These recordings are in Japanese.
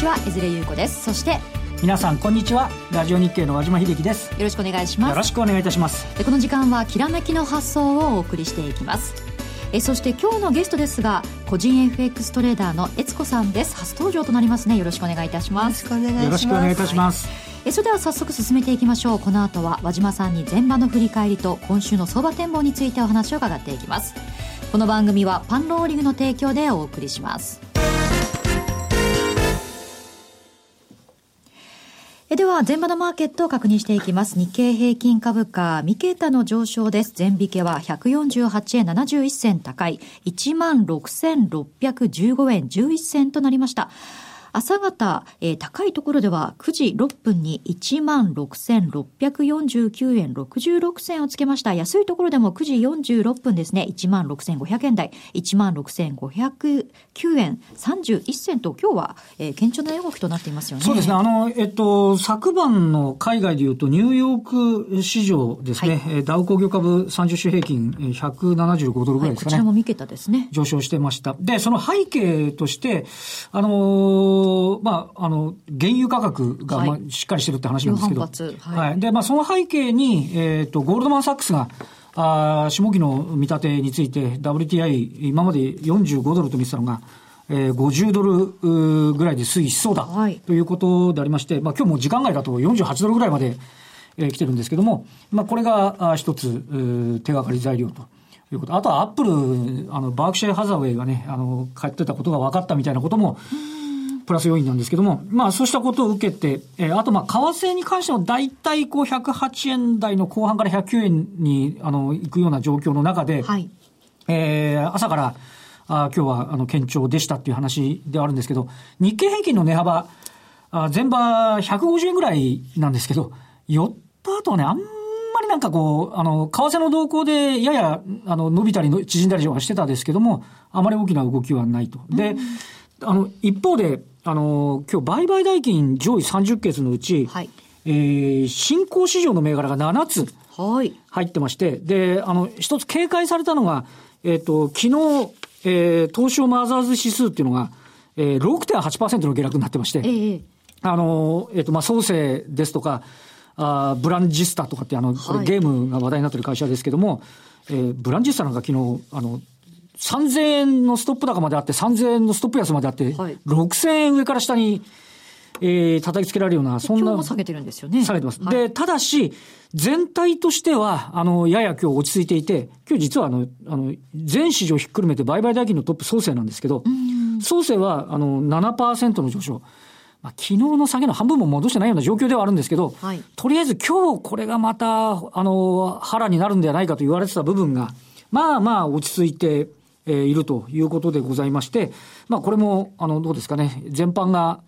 は江連優子です。そして皆さんこんにちは。ラジオ日経の和島秀樹です。 よろしくお願いします。 よろしくお願いいたします。 でこの時間はきらめきの発想をお送りしていきます。そして今日のゲストですが、個人 FX トレーダーの悦子さんです。初登場となりますね。よろしくお願いいたします。 よろしくお願いします。 よろしくお願いいたします。 それでは早速進めていきましょう。この後は和島さんに前場の振り返りと今週の相場展望についてお話を伺っていきます。この番組はパンローリングの提供でお送りします。では前場のマーケットを確認していきます。日経平均株価3桁の上昇です。前引けは148円71銭高い 16,615 円11銭となりました。朝方、高いところでは9時6分に 16,649 円66銭をつけました。安いところでも9時46分ですね、16,500 円台 16,509 円31銭と今日は、堅調な値動きとなっていますよね。 そうですね。昨晩の海外でいうとニューヨーク市場ですね、はい、ダウ工業株30種平均175ドルぐらいですかね、 はい、こちらも3桁ですね。 上昇してました。で、その背景として原油価格が、しっかりしてるって話なんですけど、はい。で、その背景に、ゴールドマンサックスが、下期の見立てについて、WTI、今まで45ドルと見てたのが、50ドルぐらいで推移しそうだ、ということでありまして、今日も時間外だと48ドルぐらいまで、来てるんですけども、これが一つ、手がかり材料と。いうこと。あとはアップル、バークシャイハザーウェイがね、買ってたことが分かったみたいなことも、プラス要因なんですけども、そうしたことを受けて、あと為替に関しても大体108円台の後半から109円に行くような状況の中で、はい、朝から今日は堅調でしたっていう話ではあるんですけど、日経平均の値幅、前場150円ぐらいなんですけど、寄った後はね、あんまりなんか為替の動向でやや伸びたり縮んだりはしてたんですけども、あまり大きな動きはないと。で、一方で、今日売買代金上位30決のうち、はい、新興市場の銘柄が7つ入ってまして、で、一つ警戒されたのが、昨日、東証マザーズ指数っていうのが、6.8% の下落になってまして、創生ですとか、ブランジスタとかってこれゲームが話題になってる会社ですけども、ブランジスタなんか昨日、3000円のストップ高まであって、3000円のストップ安まであって、6000円上から下に、叩きつけられるような、そんな。 今日も下げてるんですよね。 下げてます。はい、で、ただし、全体としては、やや今日落ち着いていて、今日実は全市場ひっくるめて売買代金のトップ創生なんですけど、創生は、7% の上昇。昨日の下げの半分も戻してないような状況ではあるんですけど、はい、とりあえず今日これがまた、腹になるんではないかと言われてた部分が、落ち着いて、いるということでございまして、これも、どうですかね、全般が、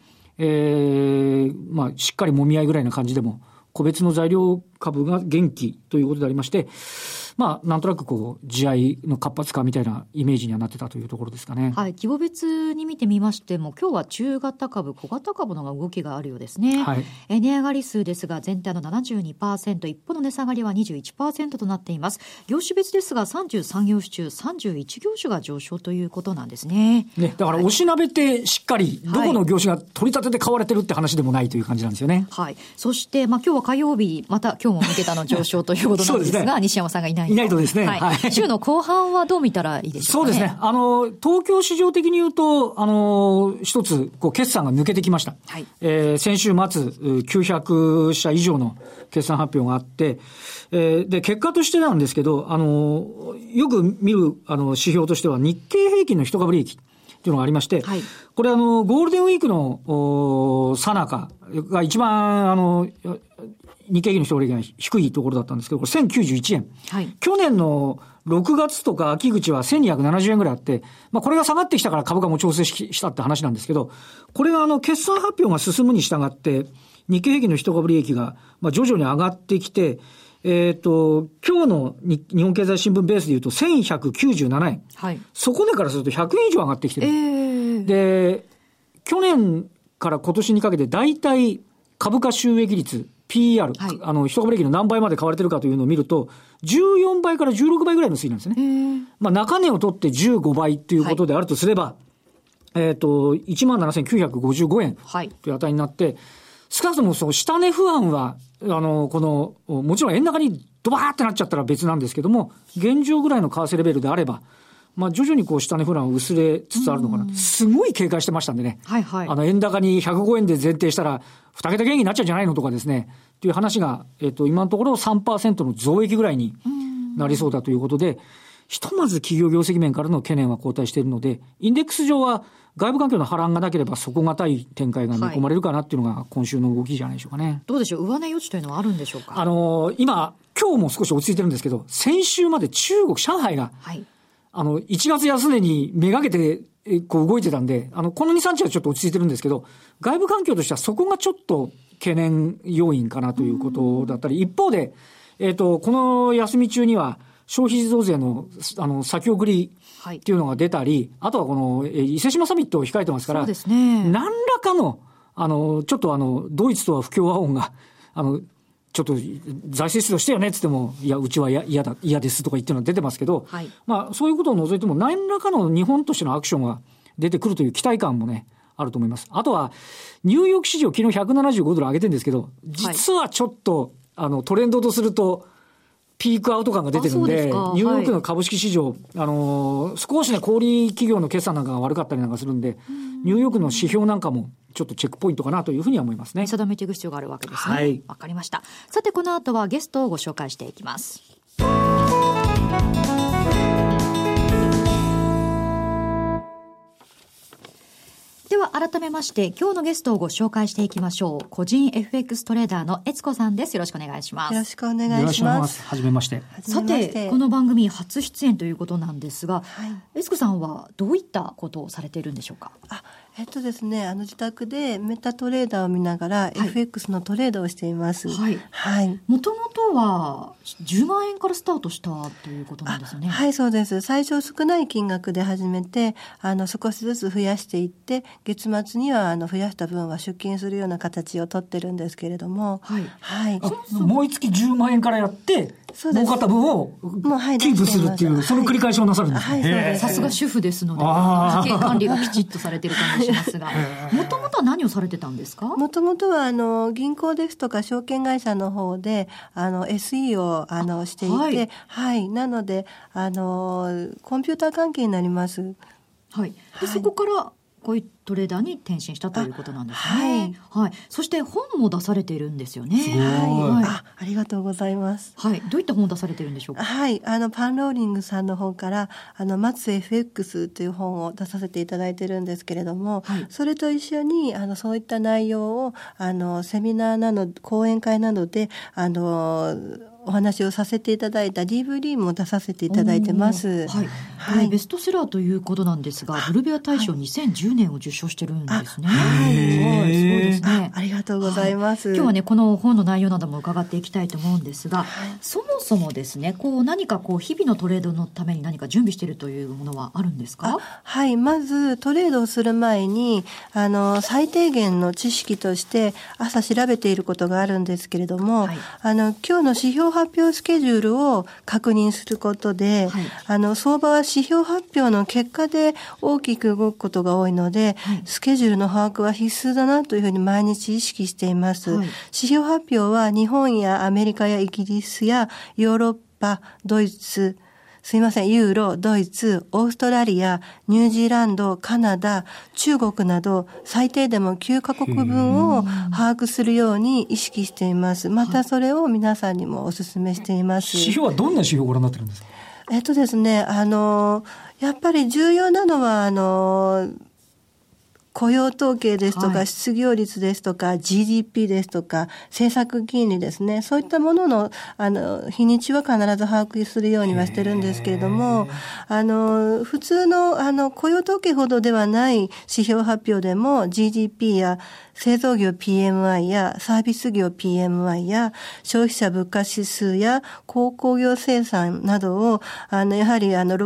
しっかり揉み合いぐらいな感じでも、個別の材料株が元気ということでありまして、なんとなく地合いの活発化みたいなイメージにはなってたというところですかね。 はい。規模別に見てみましても、今日は中型株、小型株の動きがあるようですね。はい。値上がり数ですが、全体の 72%、一方の値下がりは 21% となっています。業種別ですが、33業種中31業種が上昇ということなんですね。 ね、だから押し鍋ってしっかり、どこの業種が取り立てて買われてるって話でもないという感じなんですよね。 はい。そして、今日は火曜日、また今日も3桁の上昇ということなんですが、西山さんがいないとですね。 はい。週の後半はどう見たらいいでしょうかね。 そうですね。東京市場的に言うと、一つ、決算が抜けてきました。はい。先週末、900社以上の決算発表があって、で、結果としてなんですけど、よく見る、指標としては、日経平均の一株利益っていうのがありまして、はい。これゴールデンウィークの、最中が一番、日経平均の一株利益が低いところだったんですけど、これ1091円。はい。去年の6月とか秋口は1270円ぐらいあって、これが下がってきたから株価も調整したって話なんですけど、これが決算発表が進むに従って、日経平均の一株利益が、徐々に上がってきて、今日の日本経済新聞ベースで言うと1197円。はい。底値からすると100円以上上がってきてる。で、去年から今年にかけて大体株価収益率、PER、はい、一株利益の何倍まで買われてるかというのを見ると、14倍から16倍ぐらいの推移なんですね。中値を取って15倍ということであるとすれば、 17,955 円という値になって、少なくともその下値不安は、もちろん円高にドバーってなっちゃったら別なんですけども、現状ぐらいの為替レベルであれば、徐々に下値不安は薄れつつあるのかな。すごい警戒してましたんでね。 はいはい。 円高に105円で前提したら、2桁減益になっちゃうんじゃないのとかですね。という話が、今のところ 3% の増益ぐらいになりそうだということで、ひとまず企業業績面からの懸念は後退しているので、インデックス上は外部環境の波乱がなければ底堅い展開が見込まれるかなっていうのが今週の動きじゃないでしょうかね。 どうでしょう、上値余地というのはあるんでしょうか。 今日も少し落ち着いてるんですけど、先週まで中国、上海が、はい、1月安値にめがけて動いてたんで、この2、3日はちょっと落ち着いてるんですけど、外部環境としてはそこがちょっと懸念要因かなということだったり、一方で、この休み中には消費増税の、先送りっていうのが出たり、あとはこの、伊勢志摩サミットを控えてますから、 そうですね。 何らかの、ちょっとドイツとは不協和音が、ちょっと財政出動してよねって言っても、いや、うちは嫌ですとか言ってるのが出てますけど、はい、そういうことを除いても何らかの日本としてのアクションが出てくるという期待感もね、あると思います。あとは、ニューヨーク市場昨日175ドル上げてるんですけど、実はちょっと、トレンドとすると、ピークアウト感が出てるんで、ニューヨークの株式市場、少しね、小売企業の決算なんかが悪かったりなんかするんで、ニューヨークの指標なんかもちょっとチェックポイントかなというふうには思いますね。 定めていく必要があるわけですね。 はい。 わかりました。さて、この後はゲストをご紹介していきます。では改めまして今日のゲストをご紹介していきましょう。個人 FX トレーダーの悦子さんです。よろしくお願いします。 よろしくお願いします。 はじめまして。 さて、この番組初出演ということなんですが、悦子さんはどういったことをされているんでしょうか。 ですね、自宅でメタトレーダーを見ながら、FX のトレードをしています。 はい。はい。もともとは10万円からスタートしたということなんですよね。 はい、そうです。最初少ない金額で始めて、少しずつ増やしていって、月末には増やした分は出金するような形を取ってるんですけれども、 はい。 はい。 もう一月10万円からやって、儲かった分をキープするっていう、その繰り返しをなさるんですね。 はい、 さすが主婦ですので、家計管理がきちっとされてる感じしますが、もともとは何をされてたんですか？ もともとは銀行ですとか証券会社の方でSE をしていて、はい、はい、なのでコンピューター関係になります。 はい。で、そこからこういうトレーダーに転身したということなんですね。はい。はい。そして本も出されているんですよね。 すごい。 はい。ありがとうございます。 はい。どういった本を出されているんでしょうか。 はい。パンローリングさんの方から松 FX という本を出させていただいてるんですけれども、はい、それと一緒にそういった内容をセミナーなど講演会などでお話をさせていただいた DVD も出させていただいてます。 はい。はい。ベストセラーということなんですが、ブルベア大賞2010年を受賞してるんですね。 はい。 そうですね。 ありがとうございます。 今日はね、この本の内容なども伺っていきたいと思うんですが、そもそもですね、何か日々のトレードのために何か準備しているというものはあるんですか？ はい。まず、トレードをする前に、最低限の知識として朝調べていることがあるんですけれども、はい、今日の指標発表スケジュールを確認することで、はい、相場は指標発表の結果で大きく動くことが多いので、はい、スケジュールの把握は必須だなというふうに毎日意識しています。はい、指標発表は日本やアメリカやイギリスやヨーロッパ、ドイツ、ユーロ、ドイツ、オーストラリア、ニュージーランド、カナダ、中国など最低でも9カ国分を把握するように意識しています。またそれを皆さんにもお勧めしています。 指標はどんな指標をご覧になってるんですか？ ですね、やっぱり重要なのは雇用統計ですとか、失業率ですとか、GDP ですとか、政策金利ですね。そういったものの、日にちは必ず把握するようにはしてるんですけれども、普通の、雇用統計ほどではない指標発表でも、GDP や製造業 PMI やサービス業 PMI や消費者物価指数や鉱工業生産などを、やはり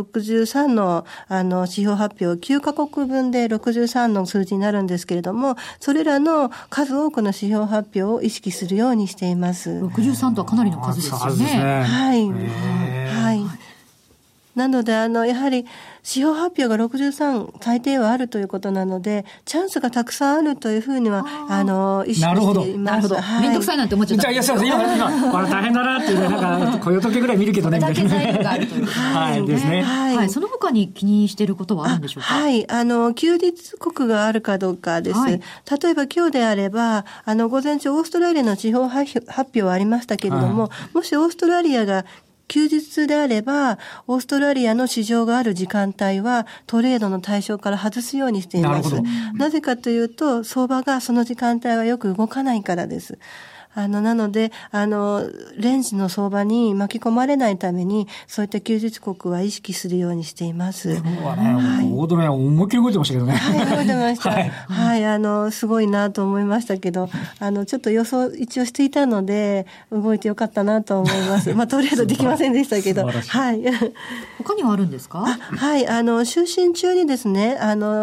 63の、指標発表、9カ国分で63の数字になるんですけれども、それらの数多くの指標発表を意識するようにしています。 63とはかなりの数ですよね。 はい。はい。 なので、やはり、指標発表が63最低はあるということなので、チャンスがたくさんあるというふうには、意識しています。 なるほど。めんどくさいなんて思っちゃった。 いや、そうです。今、大変だなっていうね、なんか、雇用統計ぐらい見るけどね、みたいな。 材料があるということはいですね。 はい。その他に気にしていることはあるんでしょうか？ はい。休日国があるかどうかです。はい、例えば今日であれば、午前中オーストラリアの地方発表はありましたけれども、もしオーストラリアが休日であれば、オーストラリアの市場がある時間帯はトレードの対象から外すようにしています。なぜかというと、相場がその時間帯はよく動かないからです。なので、レンジの相場に巻き込まれないために、そういった休日国は意識するようにしています。 今日はね、大ドル思いっきり動いてましたけどね。 はい、動いてました。はい、すごいなと思いましたけど、ちょっと予想一応していたので、動いてよかったなと思います。トレードできませんでしたけど。はい。 他にはあるんですか？ はい、就寝中にですね、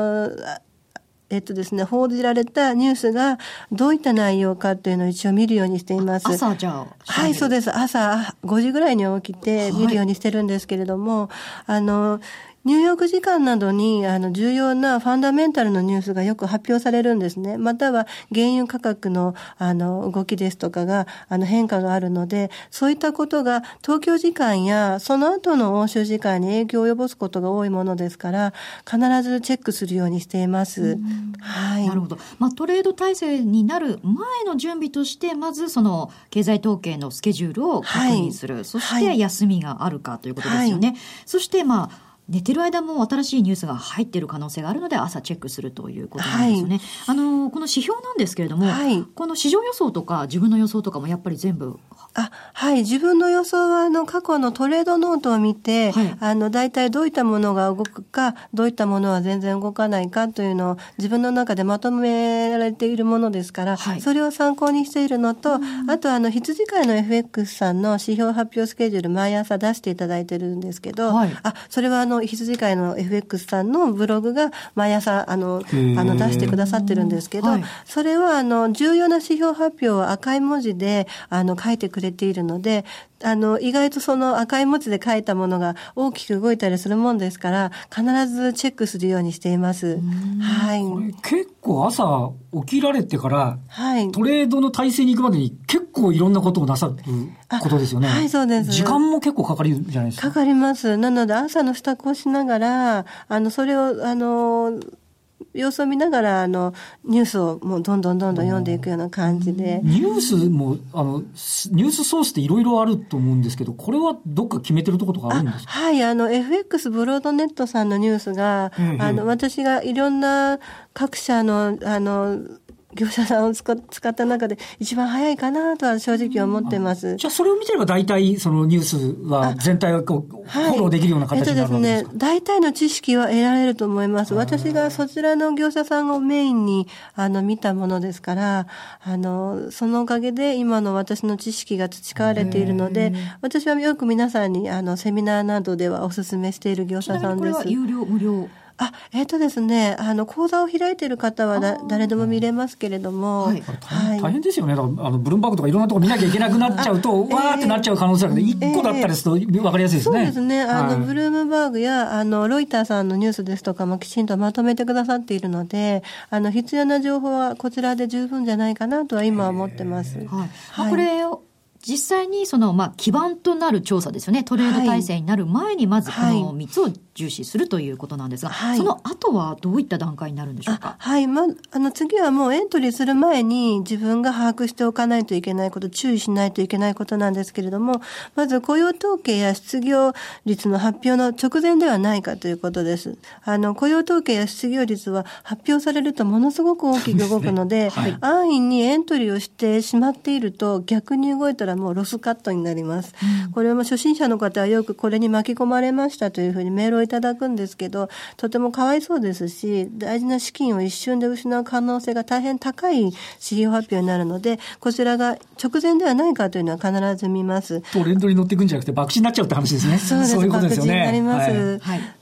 ですね、報じられたニュースがどういった内容かというのを一応見るようにしています。 朝じゃあ。 はい、そうです。朝5時ぐらいに起きて見るようにしてるんですけれども、ニューヨーク時間などに重要なファンダメンタルのニュースがよく発表されるんですね。または原油価格の動きですとかが変化があるので、そういったことが東京時間やその後の欧州時間に影響を及ぼすことが多いものですから、必ずチェックするようにしています。はい。 なるほど。トレード体制になる前の準備として、まずその経済統計のスケジュールを確認する。はい、そして休みがあるかということですよね。はい、そして寝てる間も新しいニュースが入っている可能性があるので朝チェックするということなんですよね。はい、この指標なんですけれども、はい、この市場予想とか自分の予想とかもやっぱり全部はい。自分の予想は、過去のトレードノートを見て、はい、大体どういったものが動くか、どういったものは全然動かないかというのを自分の中でまとめられているものですから、はい、それを参考にしているのと、あと羊飼いの FX さんの指標発表スケジュール毎朝出していただいてるんですけど、はい、それは羊飼いの FX さんのブログが毎朝出してくださってるんですけど、はい、それは重要な指標発表を赤い文字で書いてくれているので、意外とその赤い文字で書いたものが大きく動いたりするもんですから、必ずチェックするようにしています。はい。 これ結構朝起きられてから、はい、トレードの体制に行くまでに結構いろんなことをなさることですよね。 はい、そうです。 時間も結構かかるじゃないですか。 かかります。なので朝の支度をしながら、それを様子を見ながらニュースをもうどんどん読んでいくような感じで、 ニュースもニュースソースっていろいろあると思うんですけど、これはどっか決めてるところとかあるんですか？ はい、FX ブロードネットさんのニュースが、私がいろんな各社の業者さんを使った中で一番早いかなとは正直思ってます。 じゃあそれを見てれば大体そのニュースは全体をフォローできるような形になるわけですか？ 大体の知識は得られると思います。私がそちらの業者さんをメインに見たものですから、そのおかげで今の私の知識が培われているので、私はよく皆さんにセミナーなどではお勧めしている業者さんです。 これは有料無料？ ですね、講座を開いている方は誰でも見れますけれども、はい、 大変ですよね。だからブルームバーグとかいろんなところ見なきゃいけなくなっちゃうと、わーってなっちゃう可能性があるので、1個だったりすると分かりやすいですね。 そうですね。ブルームバーグやロイターさんのニュースですとかもきちんとまとめてくださっているので、必要な情報はこちらで十分じゃないかなとは今は思ってます。 はい。これを実際に基盤となる調査ですよね。トレード体制になる前にまずこの3つを重視するということなんですが、その後はどういった段階になるんでしょうか？ はい。次はもうエントリーする前に自分が把握しておかないといけないこと、注意しないといけないことなんですけれども、まず雇用統計や失業率の発表の直前ではないかということです。雇用統計や失業率は発表されるとものすごく大きく動くので、安易にエントリーをしてしまっていると逆に動いたらもうロスカットになります。これも初心者の方はよくこれに巻き込まれましたというふうにメールをいただくんですけど、とてもかわいそうですし、大事な資金を一瞬で失う可能性が大変高い指標発表になるので、こちらが直前ではないかというのは必ず見ます。 トレンドに乗っていくんじゃなくて爆死になっちゃうって話ですね。 そうです。 そういうことですよね。 爆死になります。はい。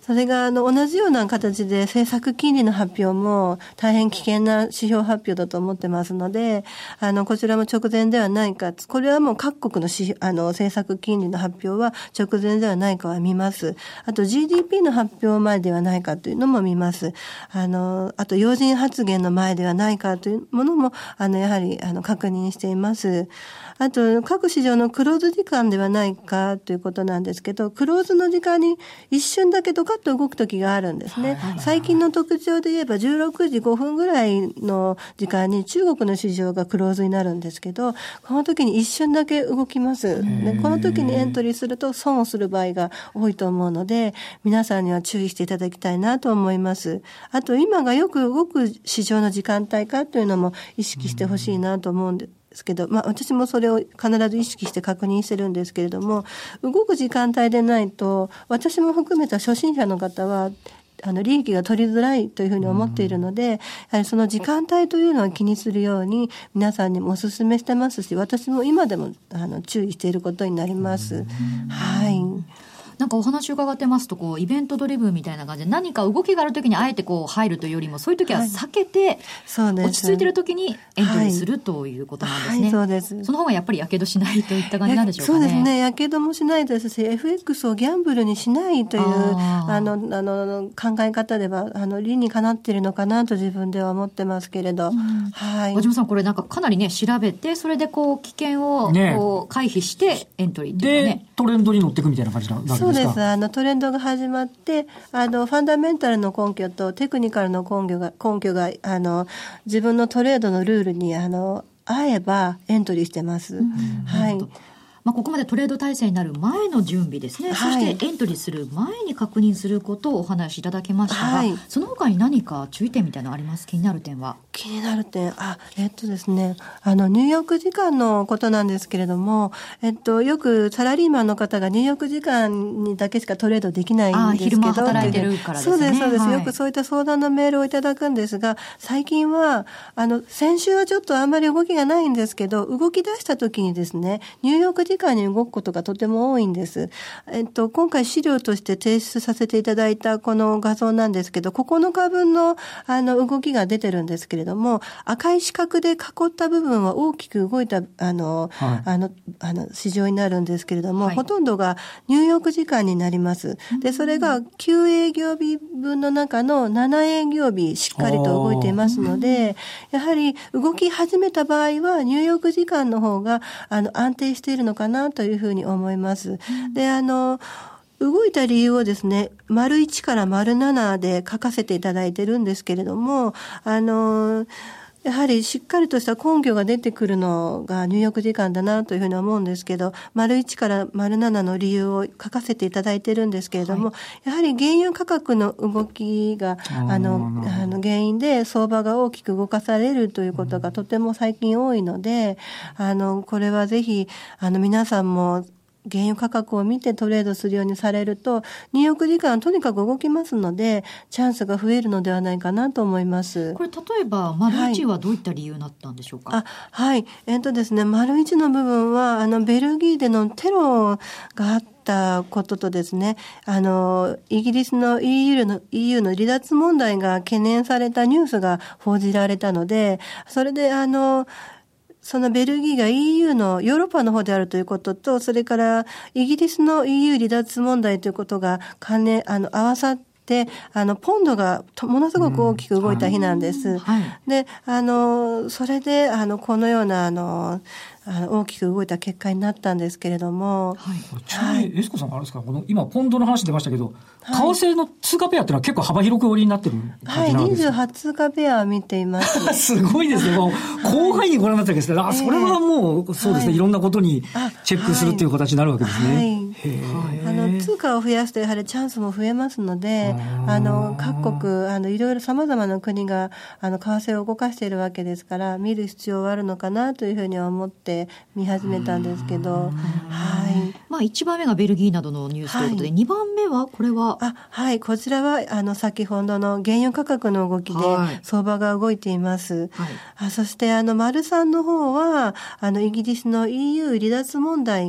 それが同じような形で政策金利の発表も大変危険な指標発表だと思ってますので、こちらも直前ではないか、これはもう各国の政策金利の発表は直前ではないかは見ます。あと GDP の発表前ではないかというのも見ます。あと要人発言の前ではないかというものもやはり確認しています。あと各市場のクローズ時間ではないかということなんですけど、クローズの時間に一瞬だけドカッと動く時があるんですね。最近の特徴で言えば16時5分ぐらいの時間に中国の市場がクローズになるんですけど、この時に一瞬だけ動きます。でこの時にエントリーすると損をする場合が多いと思うので、皆さんには注意していただきたいなと思います。あと今がよく動く市場の時間帯かというのも意識してほしいなと思うんですけど、私もそれを必ず意識して確認してるんですけれども、動く時間帯でないと私も含めた初心者の方は利益が取りづらいというふうに思っているので、やはりその時間帯というのを気にするように皆さんにもお勧めしてますし、私も今でも注意していることになります。はい。 なんかお話伺ってますとイベントドリブンみたいな感じで何か動きがあるときにあえて入るというよりも、そういうときは避けて、落ち着いているときにエントリーするということなんですね。はい、 そうです。 その方がやっぱりやけどしないといった感じなんでしょうかね。 そうですね。やけどもしないですし、FX をギャンブルにしないという考え方では理にかなっているのかなと自分では思ってますけれど、はい。 小島さん、これなんかかなりね調べて、それで危険を回避してエントリーっていうかね。 でトレンドに乗っていくみたいな感じなんですか。 そうです。トレンドが始まってファンダメンタルの根拠とテクニカルの根拠が自分のトレードのルールに合えばエントリーしてます。はい。 ここまでトレード体制になる前の準備ですね、はい、そしてエントリーする前に確認することをお話しいただきましたが、はい、その他に何か注意点みたいなのあります？気になる点は。 気になる点、ですね、ニューヨーク時間のことなんですけれども、よくサラリーマンの方がニューヨーク時間にだけしかトレードできないんですけど、 昼間働いてるからですね。 そうですそうです、 はい、 よくそういった相談のメールをいただくんですが、最近は先週はちょっとあんまり動きがないんですけど、動き出した時にですね、ニューヨーク時間に動くことがとても多いんです。今回資料として提出させていただいたこの画像なんですけど、9日分の動きが出てるんですけれども、赤い四角で囲った部分は大きく動いた市場になるんですけれども、はい、ほとんどがニューヨーク時間になります。で、それが9営業日分の中の7営業日しっかりと動いていますので、やはり動き始めた場合はニューヨーク時間の方が安定しているのかなというふうに思います。で、動いた理由をですね、丸1から丸7で書かせていただいてるんですけれども、やはりしっかりとした根拠が出てくるのがニューヨーク時間だなというふうに思うんですけど、丸1から丸7の理由を書かせていただいてるんですけれども、はい、やはり原油価格の動きが原因で相場が大きく動かされるということがとても最近多いので、これはぜひ皆さんも原油価格を見てトレードするようにされると、ニューヨーク時間はとにかく動きますので、チャンスが増えるのではないかなと思います。 これ例えば丸1はどういった理由になったんでしょうか？ はい。ですね、丸1の部分はベルギーでのテロがあったこととですね、イギリスの EU の離脱問題が懸念されたニュースが報じられたので、それでそのベルギーが EU のヨーロッパの方であるということと、それからイギリスの EU 離脱問題ということが合わさってポンドがものすごく大きく動いた日なんです。はい、で、それでこのような大きく動いた結果になったんですけれども、 はい、ちなみにエスコさんあれですか、今ポンドの話出ましたけど、為替の通貨ペアっていうのは結構幅広く売りになってる感じなんですか？ はい、28通貨ペアを見ていますすごいですね。もう広範囲にご覧になったわけですね。それはもうそうですね、いろんなことにチェックするっていう形になるわけですね。 通貨を増やすとやはりチャンスも増えますので、各国いろいろ様々な国が為替を動かしているわけですから、見る必要はあるのかなというふうには思って見始めたんですけど、 はい。1番目がベルギーなどのニュースということで、2番目はこれははい、こちらは先ほどの原油価格の動きで相場が動いています。はい、そして丸3の方はイギリスの EU 離脱問題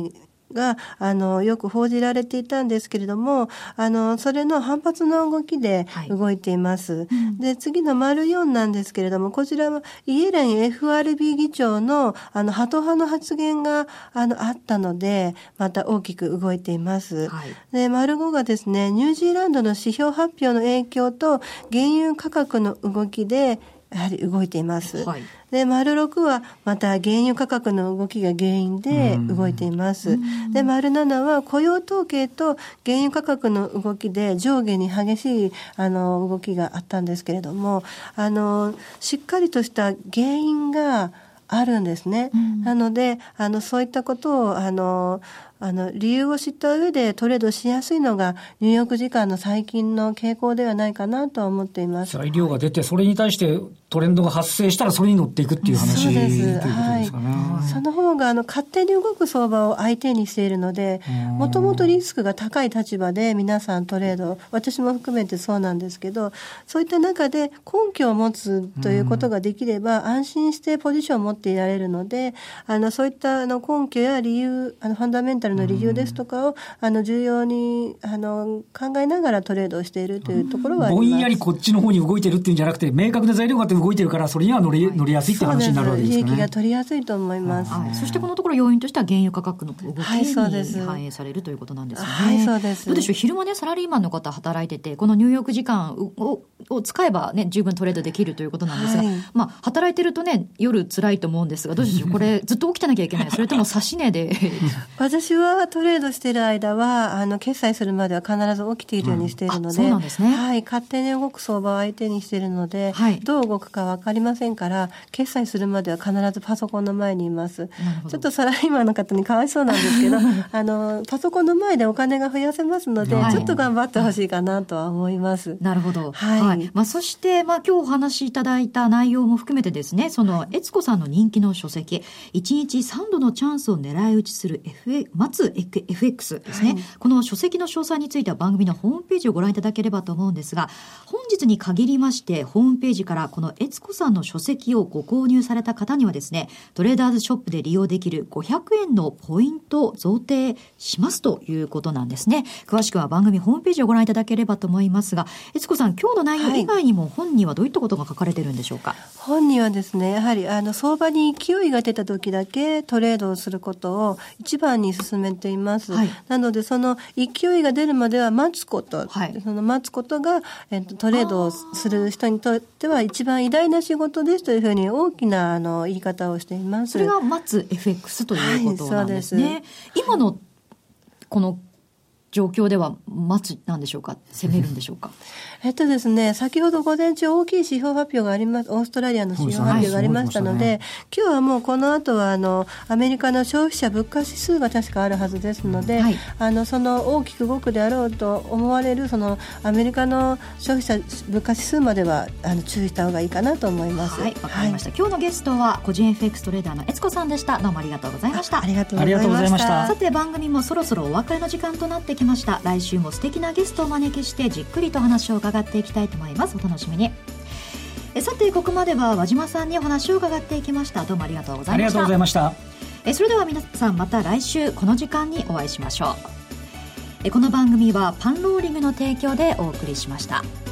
がよく報じられていたんですけれども、それの反発の動きで動いています、で次の丸4なんですけれども、こちらはイエレン FRB 議長のハト派の発言があったのでまた大きく動いています、で丸5がですね、ニュージーランドの指標発表の影響と原油価格の動きでやはり動いています、で丸6はまた原油価格の動きが原因で動いています、で丸7は雇用統計と原油価格の動きで上下に激しい動きがあったんですけれども、しっかりとした原因があるんですね、なのでそういったことを理由を知った上でトレードしやすいのがニューヨーク時間の最近の傾向ではないかなと思っています。 材料が出てそれに対してトレンドが発生したらそれに乗っていくっていう話ということですかね。 その方が勝手に動く相場を相手にしているので、もともとリスクが高い立場で皆さんトレード、私も含めてそうなんですけど、そういった中で根拠を持つということができれば安心してポジションを持っていられるので、そういった根拠や理由、ファンダメンタルの理由ですとかを重要に考えながらトレードをしているというところはあります。 ぼんやりこっちの方に動いてるっていうんじゃなくて、明確な材料があって動いてるからそれには乗りやすいって話になるわけですかね。 利益が取りやすいと思います、 そしてこのところ要因としては原油価格の動きに反映されるということなんですね。 そうです。 どうでしょう、昼間ねサラリーマンの方働いててこのニューヨーク時間を使えばね十分トレードできるということなんですが、働いてるとね夜辛いと思うんですが、どうでしょうこれずっと起きてなきゃいけない、それとも指し値で私はトレードしている間は決済するまでは必ず起きているようにしているので、 そうなんですね。 勝手に動く相場を相手にしているので、どう動くか分かりませんから、決済するまでは必ずパソコンの前にいます。ちょっとサラリーマンの方にかわいそうなんですけどパソコンの前でお金が増やせますので、ちょっと頑張ってほしいかなとは思います。 なるほど、そして、今日お話しいただいた内容も含めてですね、その悦子さんの人気の書籍1日3度のチャンスを狙い撃ちする待つ FX ですね、この書籍の詳細については番組のホームページをご覧いただければと思うんですが、本日に限りましてホームページからこの悦子さんの書籍をご購入された方にはですね、トレーダーズショップで利用できる500円のポイントを贈呈しますということなんですね。詳しくは番組ホームページをご覧いただければと思いますが、悦子さん、今日の内容以外にも本にはどういったことが書かれているんでしょうか。 本にはですね、やはり相場に勢いが出た時だけトレードをすることを一番に進めています、なのでその勢いが出るまでは待つこと、その待つことが、トレードをする人にとっては一番偉大な仕事ですというふうに大きな言い方をしています。 それが待つ FX ということなんですね。今のこの状況では待つなんでしょうか、攻めるんでしょうか。 ですね、先ほど午前中大きい指標発表があります。オーストラリアの指標発表がありましたので、今日はもうこの後はアメリカの消費者物価指数が確かあるはずですので、その大きく動くであろうと思われるそのアメリカの消費者物価指数までは注意した方がいいかなと思います。 わかりました。今日のゲストは個人 FX トレーダーの悦子さんでした。どうもありがとうございました。 ありがとうございました。 さて番組もそろそろお別れの時間となってきました。来週も素敵なゲストをお招きしてじっくりと話を伺っていきたいと思います。お楽しみに。さてここまでは和島さんにお話を伺っていきました。どうもありがとうございました。 ありがとうございました。 それでは皆さんまた来週この時間にお会いしましょう。この番組はパンローリングの提供でお送りしました。